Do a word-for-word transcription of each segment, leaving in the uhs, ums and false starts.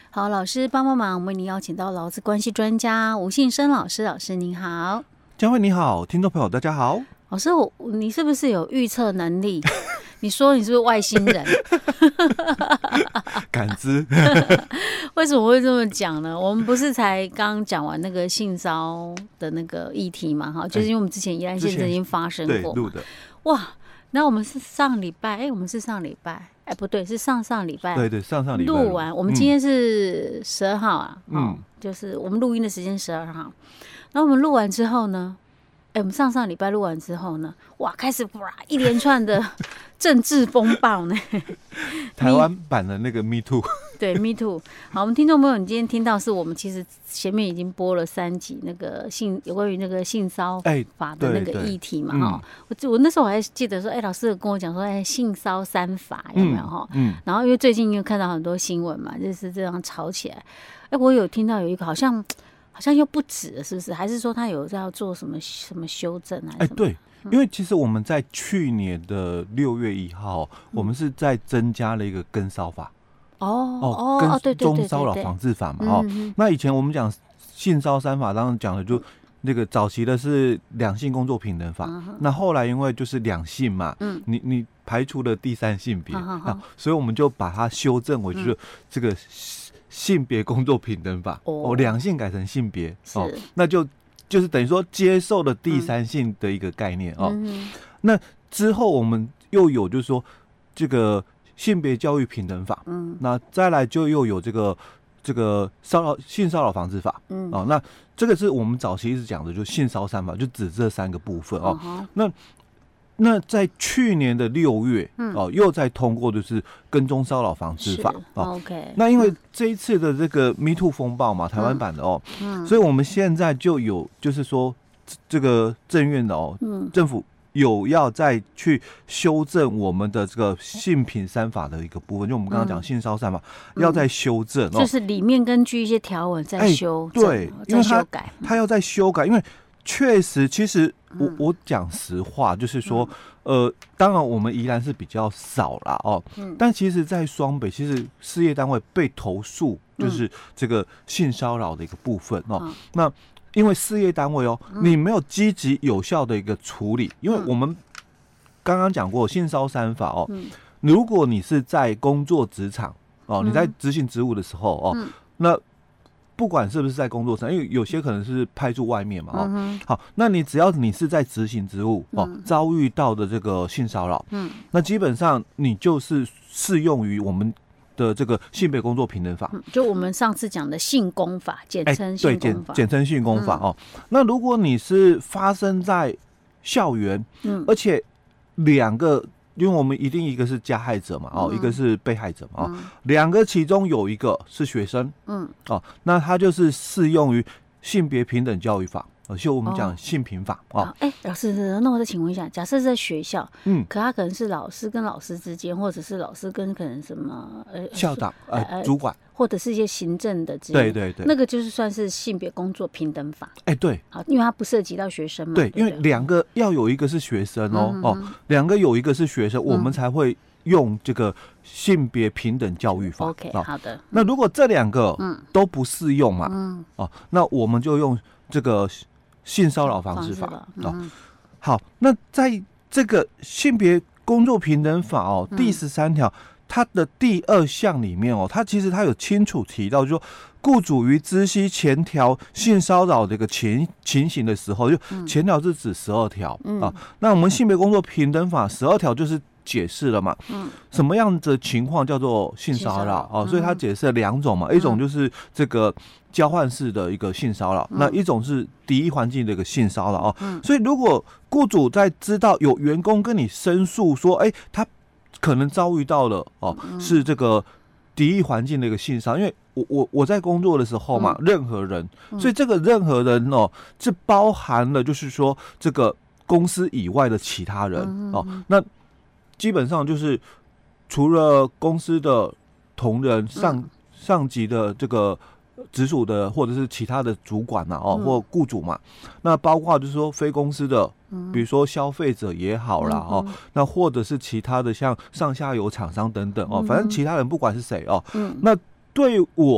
好，老师帮帮忙，我们为您邀请到劳资关系专家吴信生老师，老师您好。 佳慧你好，听众朋友大家好。 老师，我你是不是有预测能力？你说你是不是外星人？ 感知。 为什么会这么讲呢？我们不是才刚讲完那个性骚的那个议题嘛？哈，就是因为我们之前宜兰县曾经发生过嘛。 的哇，那我们是上礼拜，哎、欸，我们是上礼拜，哎、欸，不对，是上上礼拜。 对对，上上礼拜录完。我们今天是十二号啊，嗯，就是我们录音的时间十二号。然后我们录完之后呢？哎、欸，我们上上礼拜录完之后呢，哇，开始哇一连串的政治风暴呢。 台湾版的那个 Me Too。 对 ，Me Too。好，我们听众朋友，你今天听到是我们其实前面已经播了三集那个性有关于那个性骚法的那个议题嘛，哈、欸。我我那时候我还记得说，哎、欸，老师有跟我讲说，哎、欸，性骚三法有没有哈？嗯。然后因为最近又看到很多新闻嘛，就是这样吵起来。哎、欸，我有听到有一个好像。好像又不止了，是不是？还是说他有要做什么什么修正啊？哎、欸， 对，因为其实我们在去年的六月一号，嗯、我们是在增加了一个跟骚法。 哦哦，跟踪骚扰防治法嘛。哦，那以前我们讲性骚三法，当然讲的就那个早期的是两性工作平等法，嗯、那后来因为就是两性嘛，嗯，你你排除了第三性别，嗯啊，所以我们就把它修正为就是这个。性别工作平等法哦，两性改成性别哦，那就就是等于说接受了第三性的一个概念哦。嗯、那之后我们又有就是说这个性别教育平等法，嗯，那再来就又有这个这个骚扰性骚扰防治法，嗯，哦，那这个是我们早期一直讲的，就性骚三法，就指这三个部分哦。Uh-huh. 那那在去年的六月，嗯、哦，又在通过就是跟踪骚扰防治法， 哦 ，OK。 那因为这一次的这个 Me Too 风暴嘛，台湾版的哦，嗯，所以我们现在就有就是说这个政院的哦，嗯，政府有要再去修正我们的这个性平三法的一个部分，就我们刚刚讲性骚三法、嗯、要再修正、哦， 就是里面根据一些条文再修正、 欸，对，因为它它要再修改，因为。确实，其实我、嗯、我讲实话，就是说，嗯、呃，当然我们宜兰是比较少啦哦，嗯、但其实，在双北，其实事业单位被投诉就是这个性骚扰的一个部分哦。嗯、那因为事业单位哦，嗯、你没有积极有效的一个处理，因为我们刚刚讲过性骚三法哦，嗯、如果你是在工作职场哦，你在执行职务的时候哦，嗯、那不管是不是在工作上，因为有些可能是派驻外面嘛，哦，嗯、好，那你只要你是在执行职务哦，嗯、遭遇到的这个性骚扰，嗯，那基本上你就是适用于我们的这个性别工作平等法， 嗯、就我们上次讲的性工法，简称性工法， 欸、对，简称性工法、嗯、哦。那如果你是发生在校园，嗯，而且两个。因为我们一定一个是加害者嘛，哦，嗯、一个是被害者嘛，哦，两、嗯、个其中有一个是学生，嗯，哦，那他就是适用于性别平等教育法，而且我们讲性平法，哦， 哎、哦欸，老师，那我再请问一下，假设是在学校，嗯，可他可能是老师跟老师之间，或者是老师跟可能什么呃校长呃、呃主管， 或者是一些行政的之间， 对对对， 那个就是算是性别工作平等法， 哎、欸，对， 好，因为它不涉及到学生嘛， 对，对因为两个要有一个是学生哦，嗯、哦，两个有一个是学生，嗯、我们才会用这个性别平等教育法。 OK，、哦、好的。 那如果这两个都不适用嘛，嗯，哦，那我们就用这个性骚扰防治法啊、嗯哦。好，那在这个性别工作平等法哦，嗯、第十三条。它的第二项里面哦，它其实它有清楚提到，就是说雇主于知悉前条性骚扰的一个情情形的时候，就前条是指十二条啊。那我们性别工作平等法十二条就是解释了嘛，嗯，什么样的情况叫做性骚扰啊？所以它解释了两种嘛，嗯、一种就是这个交换式的一个性骚扰，嗯、那一种是敌意环境的一个性骚扰啊。嗯、所以如果雇主在知道有员工跟你申诉说，哎、欸，他可能遭遇到了哦，是这个敌意环境的一个性骚扰，因为我我我在工作的时候嘛，嗯、任何人，所以这个任何人哦，是包含了就是说这个公司以外的其他人、嗯、哦，那基本上就是除了公司的同仁、上、嗯、上级的这个直属的或者是其他的主管呐、啊、哦，嗯、或雇主嘛，那包括就是说非公司的。比如说消费者也好啦、嗯、哦，那或者是其他的像上下游厂商等等哦，嗯、反正其他人不管是谁哦，嗯、那对我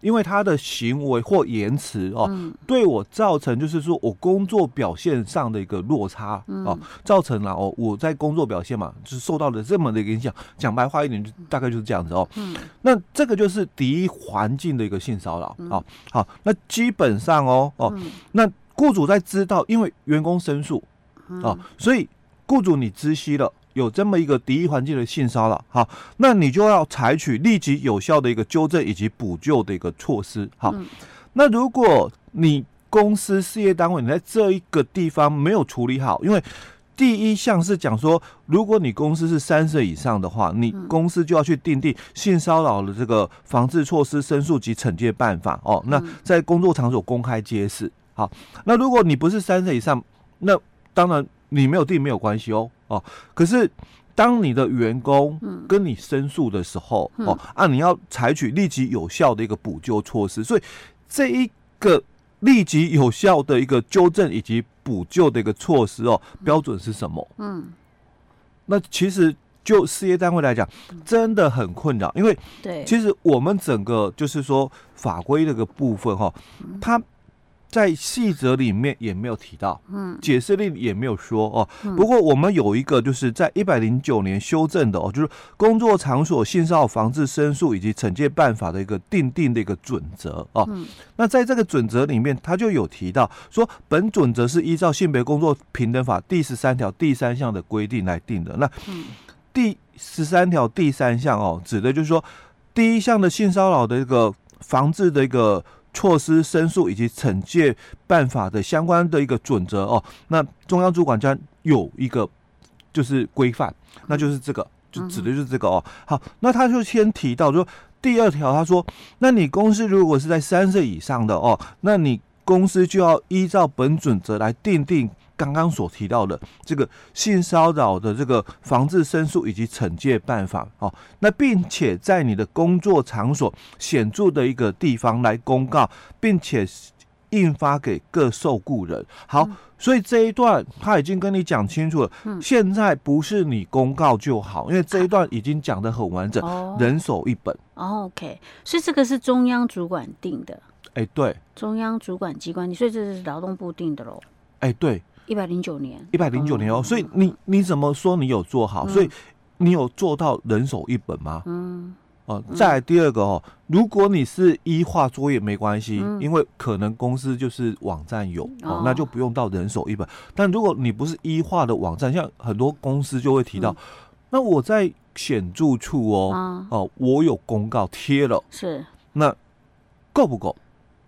因为他的行为或言辞哦， 嗯、 对我造成就是说我工作表现上的一个落差、嗯、哦，造成了哦我在工作表现嘛，就是受到了这么的影响。讲白话一点，就大概就是这样子哦。嗯，那这个就是敌意环境的一个性骚扰、嗯、哦。好，那基本上哦哦，嗯、那雇主在知道，因为员工申诉哦，所以雇主你知悉了。有这么一个敌意环境的性骚扰，好，那你就要采取立即有效的一个纠正以及补救的一个措施，好。嗯、那如果你公司事业单位你在这一个地方没有处理好，因为第一项是讲说，如果你公司是三十以上的话，你公司就要去订定性骚扰的这个防治措施、申诉及惩戒办法哦。那在工作场所公开揭示，好。那如果你不是三十以上，那当然你没有订没有关系哦。哦，可是当你的员工跟你申诉的时候，嗯、哦啊，你要采取立即有效的一个补救措施。所以这一个立即有效的一个纠正以及补救的一个措施哦，标准是什么？嗯，那其实就事业单位来讲，真的很困扰，因为对，其实我们整个就是说法规这个部分哈、哦，它。在细则里面也没有提到，嗯，解释令也没有说哦。嗯、不过我们有一个就是在一百零九年修正的哦，就是工作场所性骚扰防治申诉以及惩戒办法的一个订定的一个准则哦。嗯、那在这个准则里面，它就有提到说，本准则是依照性别工作平等法第十三条第三项的规定来定的。那、嗯、第十三条第三项哦，指的就是说第一项的性骚扰的一个防治的一个。措施、申诉以及惩戒办法的相关的一个准则哦，那中央主管机关有一个就是规范，那就是这个，就指的就是这个哦。好，那他就先提到说第二条，他说，那你公司如果是在三岁以上的哦，那你公司就要依照本准则来订定刚刚所提到的这个性骚扰的这个防治申诉以及惩戒办法哦，那并且在你的工作场所显著的一个地方来公告，并且印发给各受雇人。好，嗯、所以这一段他已经跟你讲清楚了，嗯、现在不是你公告就好，因为这一段已经讲得很完整，哦、人手一本。 哦 OK， 所以这个是中央主管定的。 哎、欸，对， 中央主管机关，所以这是劳动部定的喽。 哎、欸，对。 一百零九年， 一百零九年哦，所以你你怎么说你有做好？嗯、所以你有做到人手一本吗？嗯，哦、呃，再来第二个哦，如果你是依化作业没关系，嗯、因为可能公司就是网站有哦，哦，那就不用到人手一本。但如果你不是依化的网站，像很多公司就会提到，嗯、那我在显著处哦，哦、嗯呃，我有公告贴了， 是那够不够？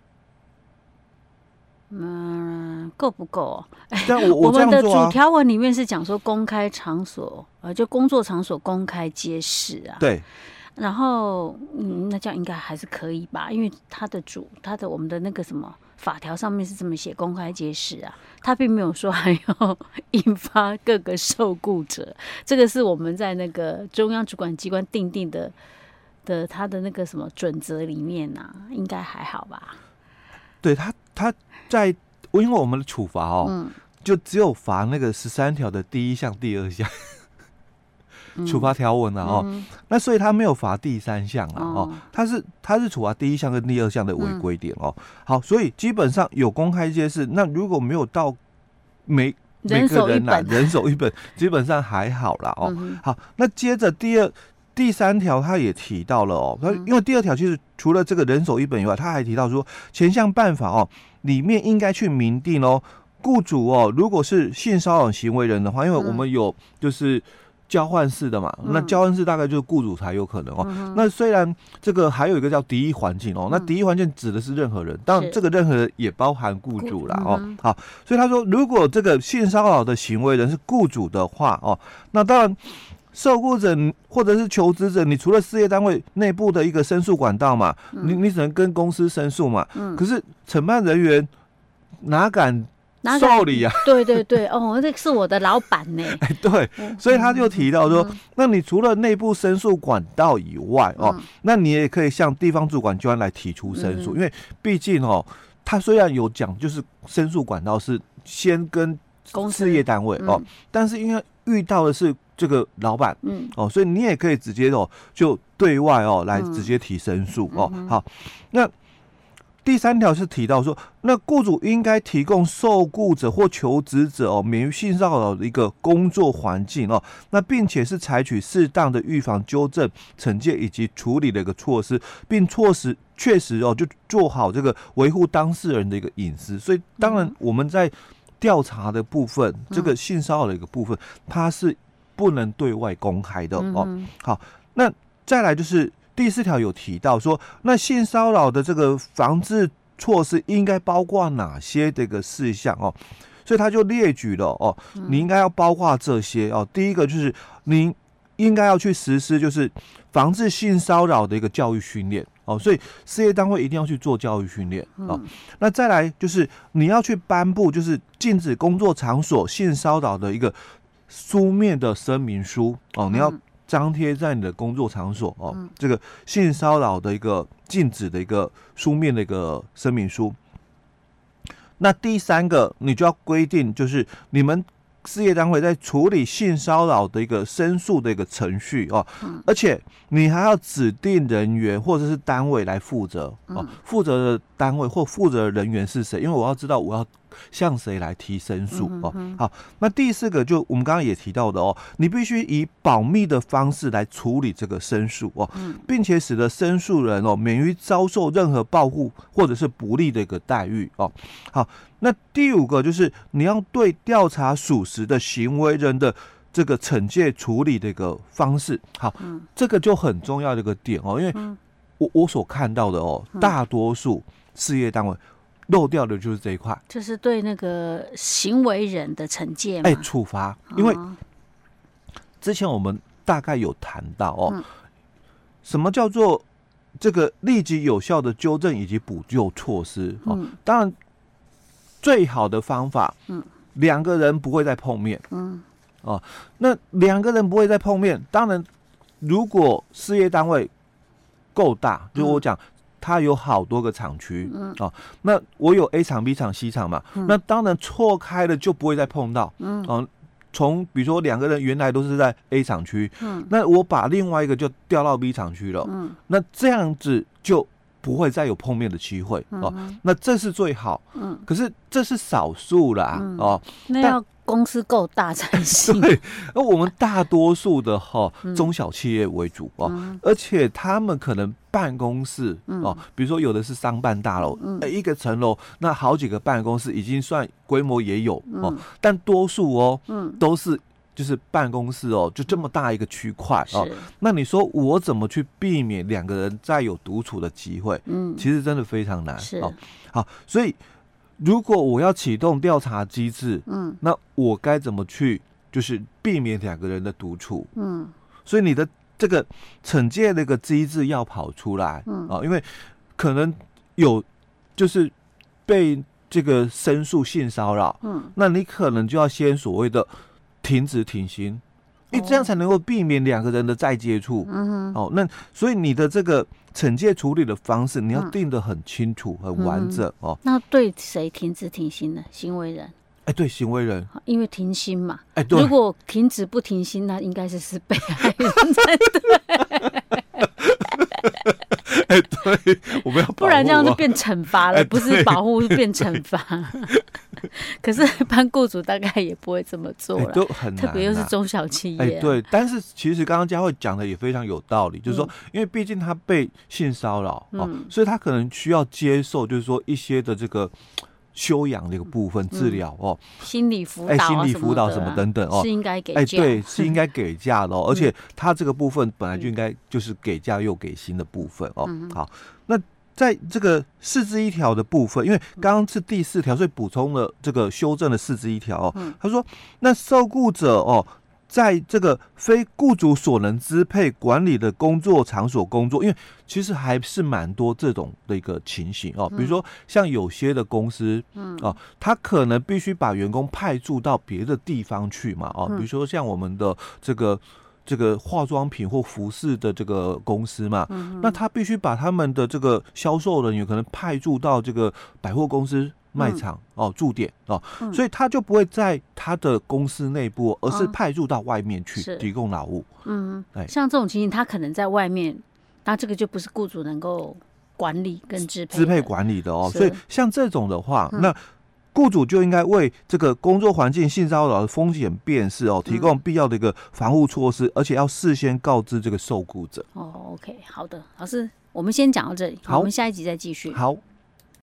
嗯，够不够？ 但我 我,、啊、 我们的主条文里面是讲说公开场所，呃，就工作场所公开揭示啊。 对。 然后，嗯，那这样应该还是可以吧？因为它的主，它的我们的那个什么法条上面是这么写，公开揭示啊，它并没有说还要引发各个受雇者。这个是我们在那个中央主管机关订定的的它的那个什么准则里面啊，应该还好吧？ 对他，他在因为我们的处罚哦，嗯、就只有罚那个十三条的第一项、第二项处罚条文啊哦，嗯、那所以他没有罚第三项啊哦，哦他是他是处罚第一项跟第二项的违规点哦。嗯、好，所以基本上有公开揭示，那如果没有到每每个人来人手一本，基本上还好啦哦。嗯、好，那接着第二。第三条他也提到了哦，因为第二条其实除了这个人手一本以外，他还提到说前项办法哦里面应该去明定哦，雇主哦如果是性骚扰行为人的话，因为我们有就是交换式的嘛，嗯、那交换式大概就是雇主才有可能哦。嗯、那虽然这个还有一个叫敌意环境哦，嗯、那敌意环境指的是任何人，当然这个任何人也包含雇主啦哦。嗯、好，所以他说如果这个性骚扰的行为人是雇主的话哦，那当然。受雇者或者是求职者，你除了事业单位内部的一个申诉管道嘛，嗯、你你只能跟公司申诉嘛。嗯、可是承办人员哪敢受理啊？ 对对对，哦，这是我的老板呢。 哎，对，所以他就提到说，嗯、那你除了内部申诉管道以外哦，嗯、那你也可以向地方主管机关来提出申诉，嗯、因为毕竟哦，他虽然有讲就是申诉管道是先跟事业单位哦，嗯、但是因为遇到的是。这个老板，嗯，哦，所以你也可以直接哦，就对外哦来直接提申诉、嗯、哦。好，那第三条是提到说，那雇主应该提供受雇者或求职者哦免于性骚扰的一个工作环境哦，那并且是采取适当的预防、纠正、惩戒以及处理的一个措施，并措施确实哦就做好这个维护当事人的一个隐私。所以当然我们在调查的部分，嗯、这个性骚扰的一个部分，它是不能对外公开的哦。嗯、好，那再来就是第四条有提到说，那性骚扰的这个防治措施应该包括哪些这个事项哦？所以他就列举了哦，你应该要包括这些哦。第一个就是你应该要去实施就是防治性骚扰的一个教育训练哦，所以事业单位一定要去做教育训练哦。那再来就是你要去颁布就是禁止工作场所性骚扰的一个书面的声明书哦，你要张贴在你的工作场所哦，这个性骚扰的一个禁止的一个书面的一个声明书。那第三个，你就要规定，就是你们事业单位在处理性骚扰的一个申诉的一个程序哦，嗯、而且你还要指定人员或者是单位来负责哦，负责的单位或负责的人员是谁？因为我要知道我要向谁来提申诉哦。好，那第四个就我们刚刚也提到的哦，你必须以保密的方式来处理这个申诉哦，并且使得申诉人哦免于遭受任何报复或者是不利的一个待遇哦。好。那第五个就是你要对调查属实的行为人的这个惩戒处理的一个方式，好，嗯、这个就很重要的一个点哦，因为我我所看到的哦，嗯、大多数事业单位漏掉的就是这一块， 就是对那个行为人的惩戒嘛， 哎，处罚，因为之前我们大概有谈到哦，嗯、什么叫做这个立即有效的纠正以及补救措施哦，嗯、当然。最好的方法，嗯，两个人不会再碰面，嗯，哦，那两个人不会再碰面，当然，如果事业单位够大，就我讲，它有好多个厂区，嗯，哦，那我有 A 厂、B 厂、C 厂嘛，嗯、那当然错开了就不会再碰到，嗯，哦，从比如说两个人原来都是在 A 厂区，嗯，那我把另外一个就调到 B 厂区了，嗯，那这样子就。不会再有碰面的机会哦，嗯、那这是最好。嗯，可是这是少数啦，嗯、哦。 那要公司够大才行。 对，而我们大多数的哈、哦嗯、中小企业为主哦，嗯、而且他们可能办公室、嗯、哦，比如说有的是商办大楼，嗯、一个层楼那好几个办公室已经算规模也有、嗯、哦，但多数哦，嗯、都是。就是办公室哦，就这么大一个区块哦，那你说我怎么去避免两个人再有独处的机会？嗯，其实真的非常难哦。好，所以如果我要启动调查机制，嗯，那我该怎么去就是避免两个人的独处？嗯，所以你的这个惩戒那个机制要跑出来，嗯啊、哦，因为可能有就是被这个申诉性骚扰，嗯，那你可能就要先所谓的。停止停薪，因为这样才能够避免两个人的再接触。嗯哦，那所以你的这个惩戒处理的方式，你要定得很清楚、嗯、很完整哦。 那对谁停止停薪呢？行为人。 哎，对，行为人， 因为停薪嘛。 哎，对。 如果停止不停薪，那应该是是被害人才对。 哎，对，我们要保护， 不然这样就变惩罚了，哎、不是保护，变惩罚。可是，一般雇主大概也不会这么做了， 哎、都很难、啊， 特别又是中小企业、啊。 哎，对。但是其实刚刚佳慧讲的也非常有道理，就是说，嗯、因为毕竟他被性骚扰、嗯、哦，所以他可能需要接受，就是说一些的这个。修养的一个部分，治疗哦， 心理辅导、啊哎，心理辅导什么等等哦， 是应该给假，哎，对，是应该给假的哦，而且他这个部分本来就应该就是给假又给薪的部分哦。嗯、好，那在这个四之一条的部分，因为刚刚是第四条，所以补充了这个修正的四之一条哦。嗯、他说，那受雇者哦。在这个非雇主所能支配管理的工作场所工作，因为其实还是蛮多这种的一个情形哦。比如说像有些的公司，嗯哦，他可能必须把员工派驻到别的地方去嘛，哦，比如说像我们的这个这个化妆品或服饰的这个公司嘛，嗯、那他必须把他们的这个销售人员可能派驻到这个百货公司。卖场、嗯、哦，驻点哦、嗯，所以他就不会在他的公司内部，而是派驻到外面去提供劳务。嗯， 像这种情形，他可能在外面，那这个就不是雇主能够管理跟支配支配管理的哦。所以像这种的话，嗯、那雇主就应该为这个工作环境性骚扰的风险辨识哦，提供必要的一个防护措施，嗯、而且要事先告知这个受雇者。 哦 ，OK， 好的，老师，我们先讲到这里，好，我们下一集再继续。 好。